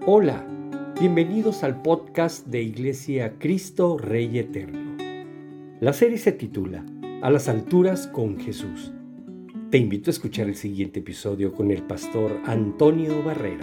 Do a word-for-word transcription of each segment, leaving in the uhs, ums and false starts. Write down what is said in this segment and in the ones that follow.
Hola, bienvenidos al podcast de Iglesia Cristo Rey Eterno. La serie se titula A las alturas con Jesús. Te invito a escuchar el siguiente episodio con el pastor Antonio Barrera.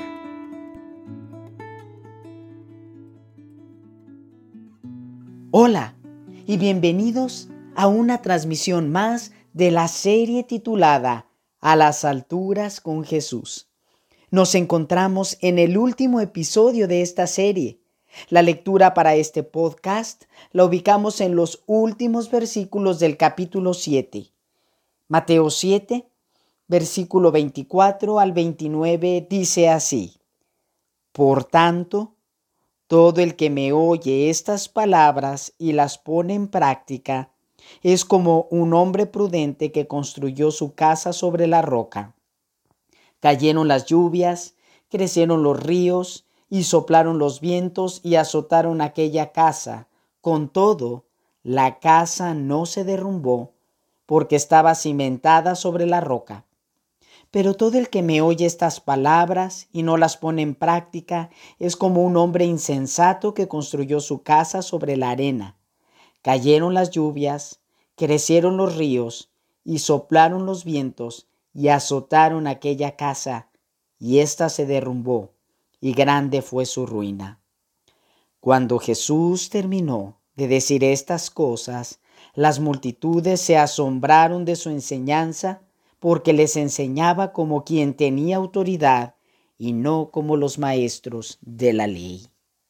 Hola y bienvenidos a una transmisión más de la serie titulada A las alturas con Jesús. Nos encontramos en el último episodio de esta serie. La lectura para este podcast la ubicamos en los últimos versículos del capítulo siete. Mateo siete, versículo veinticuatro al veintinueve dice así: Por tanto, todo el que me oye estas palabras y las pone en práctica es como un hombre prudente que construyó su casa sobre la roca. Cayeron las lluvias, crecieron los ríos y soplaron los vientos y azotaron aquella casa. Con todo, la casa no se derrumbó porque estaba cimentada sobre la roca. Pero todo el que me oye estas palabras y no las pone en práctica es como un hombre insensato que construyó su casa sobre la arena. Cayeron las lluvias, crecieron los ríos y soplaron los vientos y azotaron aquella casa, y ésta se derrumbó, y grande fue su ruina. Cuando Jesús terminó de decir estas cosas, las multitudes se asombraron de su enseñanza, porque les enseñaba como quien tenía autoridad y no como los maestros de la ley.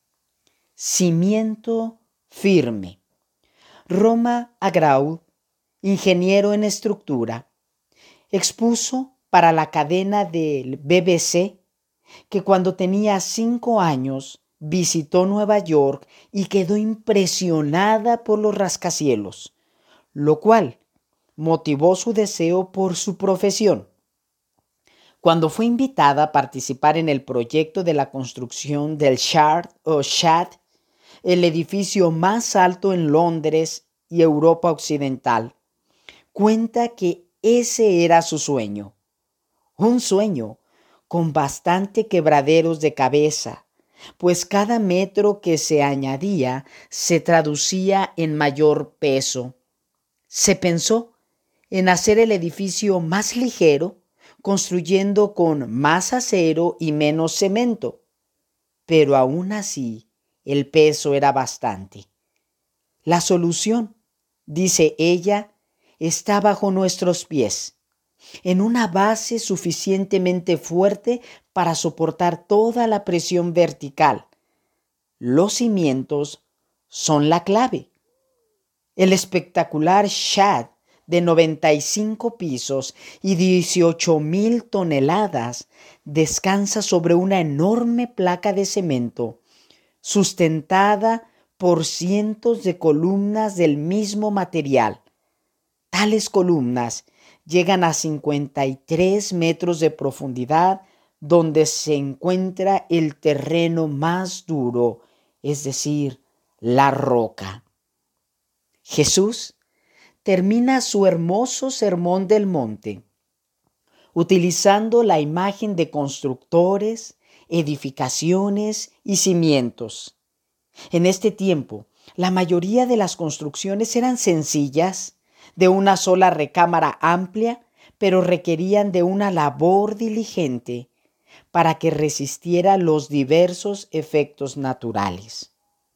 Cimiento firme. Roma Agrau, ingeniero en estructura, expuso para la cadena del B B C que cuando tenía cinco años visitó Nueva York y quedó impresionada por los rascacielos, lo cual motivó su deseo por su profesión. Cuando fue invitada a participar en el proyecto de la construcción del Shard o Shad, el edificio más alto en Londres y Europa Occidental, cuenta que ese era su sueño. Un sueño con bastante quebraderos de cabeza, pues cada metro que se añadía se traducía en mayor peso. Se pensó en hacer el edificio más ligero, construyendo con más acero y menos cemento, pero aún así el peso era bastante. La solución, dice ella, está bajo nuestros pies, en una base suficientemente fuerte para soportar toda la presión vertical. Los cimientos son la clave. El espectacular Shad de noventa y cinco pisos y dieciocho mil toneladas descansa sobre una enorme placa de cemento, sustentada por cientos de columnas del mismo material. Tales columnas llegan a cincuenta y tres metros de profundidad, donde se encuentra el terreno más duro, es decir, la roca. Jesús termina su hermoso sermón del monte utilizando la imagen de constructores, edificaciones y cimientos. En este tiempo, la mayoría de las construcciones eran sencillas, de una sola recámara amplia, pero requerían de una labor diligente para que resistiera los diversos efectos naturales.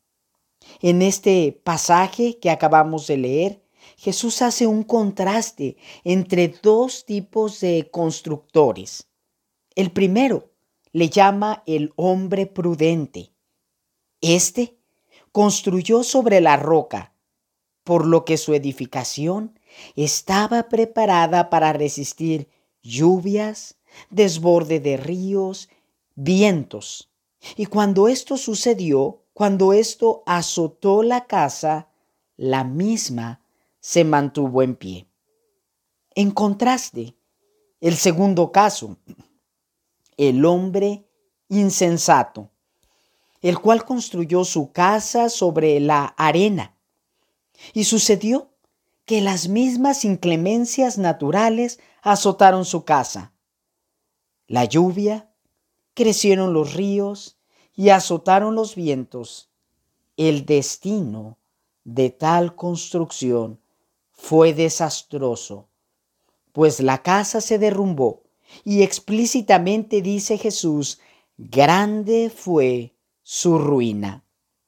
En este pasaje que acabamos de leer, Jesús hace un contraste entre dos tipos de constructores. El primero le llama el hombre prudente. Este construyó sobre la roca, por lo que su edificación estaba preparada para resistir lluvias, desborde de ríos, vientos. Y cuando esto sucedió, cuando esto azotó la casa, la misma se mantuvo en pie. En contraste, el segundo caso, el hombre insensato, el cual construyó su casa sobre la arena. Y sucedió que las mismas inclemencias naturales azotaron su casa. La lluvia, crecieron los ríos y azotaron los vientos. El destino de tal construcción fue desastroso, pues la casa se derrumbó y explícitamente dice Jesús, grande fue su ruina.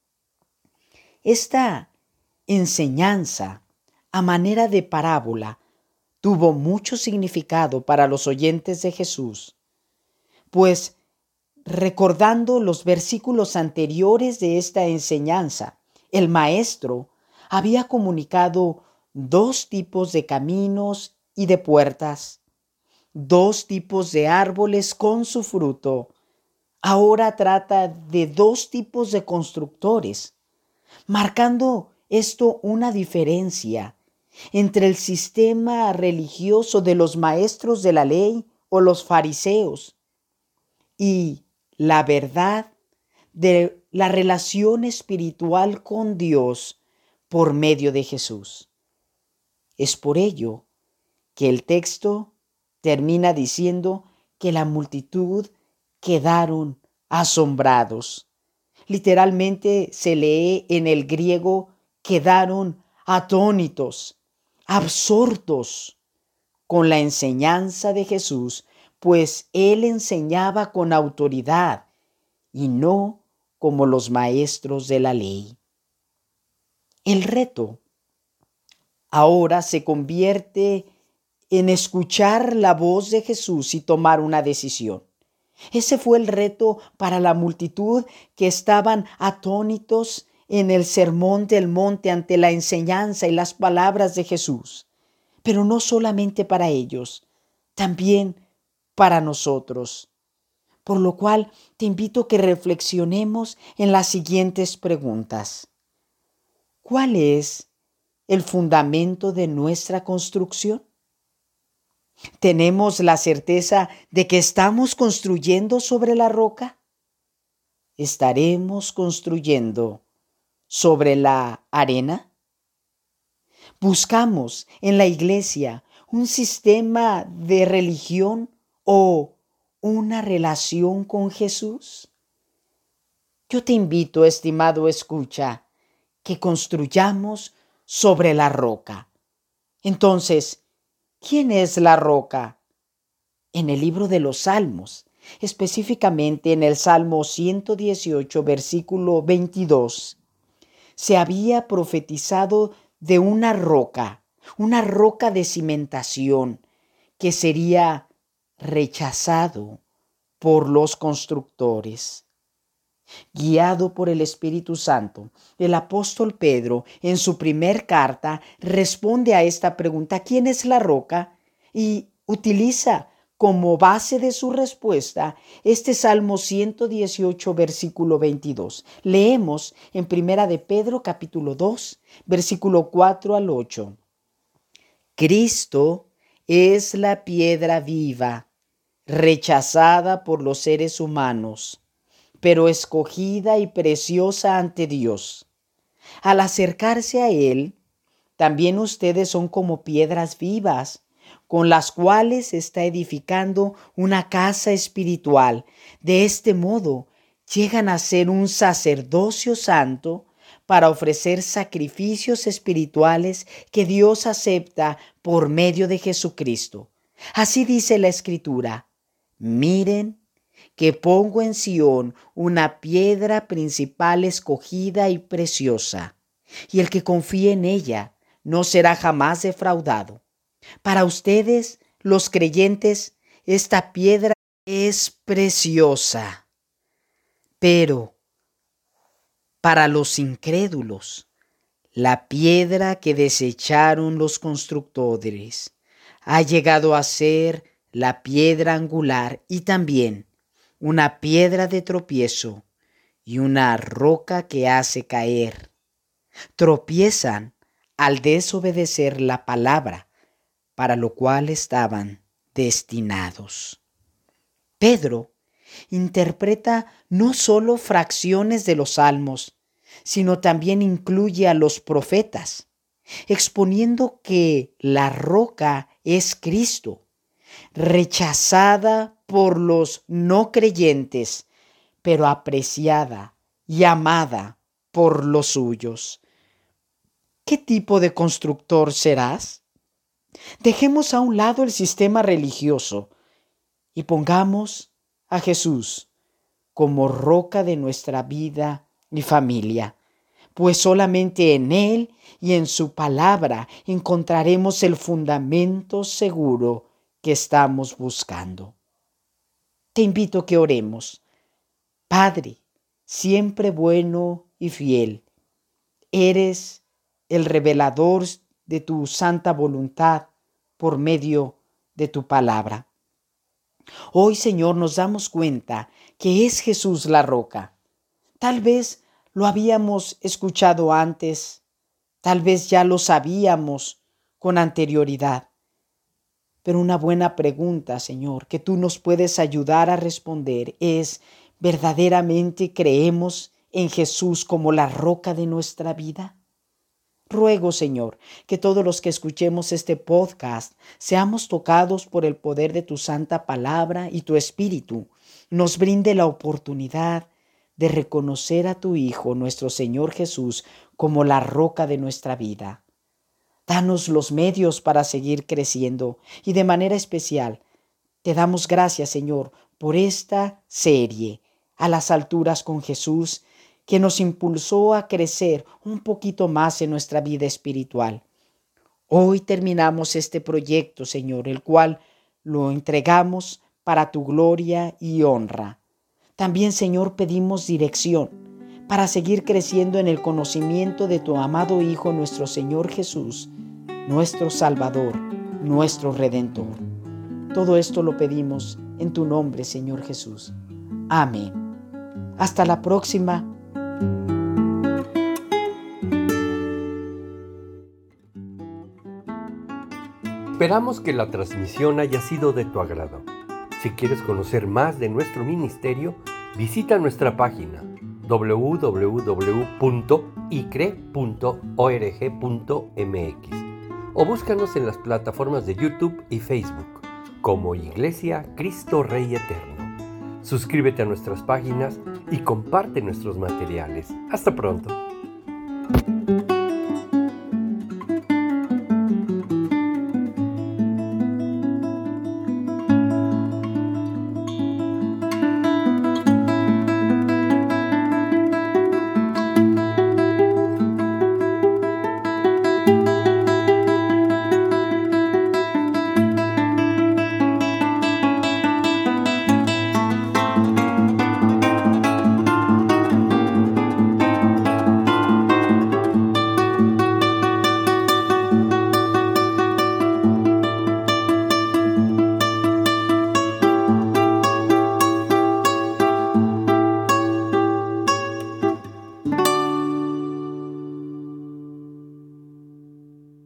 Esta enseñanza, a manera de parábola, tuvo mucho significado para los oyentes de Jesús, pues recordando los versículos anteriores de esta enseñanza, el maestro había comunicado dos tipos de caminos y de puertas, dos tipos de árboles con su fruto. Ahora trata de dos tipos de constructores, marcando esto una diferencia entre el sistema religioso de los maestros de la ley o los fariseos y la verdad de la relación espiritual con Dios por medio de Jesús. Es por ello que el texto termina diciendo que la multitud quedaron asombrados. Literalmente se lee en el griego, quedaron atónitos, absortos con la enseñanza de Jesús, pues Él enseñaba con autoridad y no como los maestros de la ley. El reto ahora se convierte en escuchar la voz de Jesús y tomar una decisión. Ese fue el reto para la multitud que estaban atónitos en el sermón del monte ante la enseñanza y las palabras de Jesús. Pero no solamente para ellos, también para nosotros. Por lo cual te invito a que reflexionemos en las siguientes preguntas. ¿Cuál es el fundamento de nuestra construcción? ¿Tenemos la certeza de que estamos construyendo sobre la roca? ¿Estaremos construyendo sobre la arena? ¿Buscamos en la iglesia un sistema de religión o una relación con Jesús? Yo te invito, estimado escucha, que construyamos sobre la roca. Entonces, ¿quién es la roca? En el libro de los Salmos, específicamente en el Salmo ciento dieciocho, versículo veintidós, se había profetizado de una roca, una roca de cimentación que sería rechazado por los constructores. Guiado por el Espíritu Santo, el apóstol Pedro, en su primer carta, responde a esta pregunta, ¿quién es la roca? Y utiliza como base de su respuesta este Salmo ciento dieciocho, versículo veintidós. Leemos en Primera de Pedro, capítulo dos, versículo cuatro al ocho. Cristo es la piedra viva, rechazada por los seres humanos, pero escogida y preciosa ante Dios. Al acercarse a Él, también ustedes son como piedras vivas, con las cuales está edificando una casa espiritual. De este modo, llegan a ser un sacerdocio santo para ofrecer sacrificios espirituales que Dios acepta por medio de Jesucristo. Así dice la Escritura, miren que pongo en Sión una piedra principal escogida y preciosa, y el que confíe en ella no será jamás defraudado. Para ustedes, los creyentes, esta piedra es preciosa, pero para los incrédulos, la piedra que desecharon los constructores ha llegado a ser la piedra angular y también una piedra de tropiezo y una roca que hace caer. Tropiezan al desobedecer la palabra, para lo cual estaban destinados. Pedro interpreta no solo fracciones de los salmos, sino también incluye a los profetas, exponiendo que la roca es Cristo, rechazada por los no creyentes, pero apreciada y amada por los suyos. ¿Qué tipo de constructor serás? Dejemos a un lado el sistema religioso y pongamos a Jesús como roca de nuestra vida y familia, pues solamente en Él y en su palabra encontraremos el fundamento seguro que estamos buscando. Te invito a que oremos. Padre, siempre bueno y fiel, eres el revelador de tu santa voluntad por medio de tu palabra. Hoy, Señor, nos damos cuenta que es Jesús la roca. Tal vez lo habíamos escuchado antes, tal vez ya lo sabíamos con anterioridad. Pero una buena pregunta, Señor, que tú nos puedes ayudar a responder es: ¿verdaderamente creemos en Jesús como la roca de nuestra vida? Ruego, Señor, que todos los que escuchemos este podcast seamos tocados por el poder de tu santa palabra y tu Espíritu nos brinde la oportunidad de reconocer a tu Hijo, nuestro Señor Jesús, como la roca de nuestra vida. Danos los medios para seguir creciendo y de manera especial te damos gracias, Señor, por esta serie A las alturas con Jesús, que nos impulsó a crecer un poquito más en nuestra vida espiritual. Hoy terminamos este proyecto, Señor, el cual lo entregamos para tu gloria y honra. También, Señor, pedimos dirección para seguir creciendo en el conocimiento de tu amado Hijo, nuestro Señor Jesús, nuestro Salvador, nuestro Redentor. Todo esto lo pedimos en tu nombre, Señor Jesús. Amén. Hasta la próxima. Esperamos que la transmisión haya sido de tu agrado. Si quieres conocer más de nuestro ministerio, visita nuestra página doble u doble u doble u punto i c r e punto org punto m x o búscanos en las plataformas de YouTube y Facebook como Iglesia Cristo Rey Eterno. Suscríbete a nuestras páginas y comparte nuestros materiales. Hasta pronto.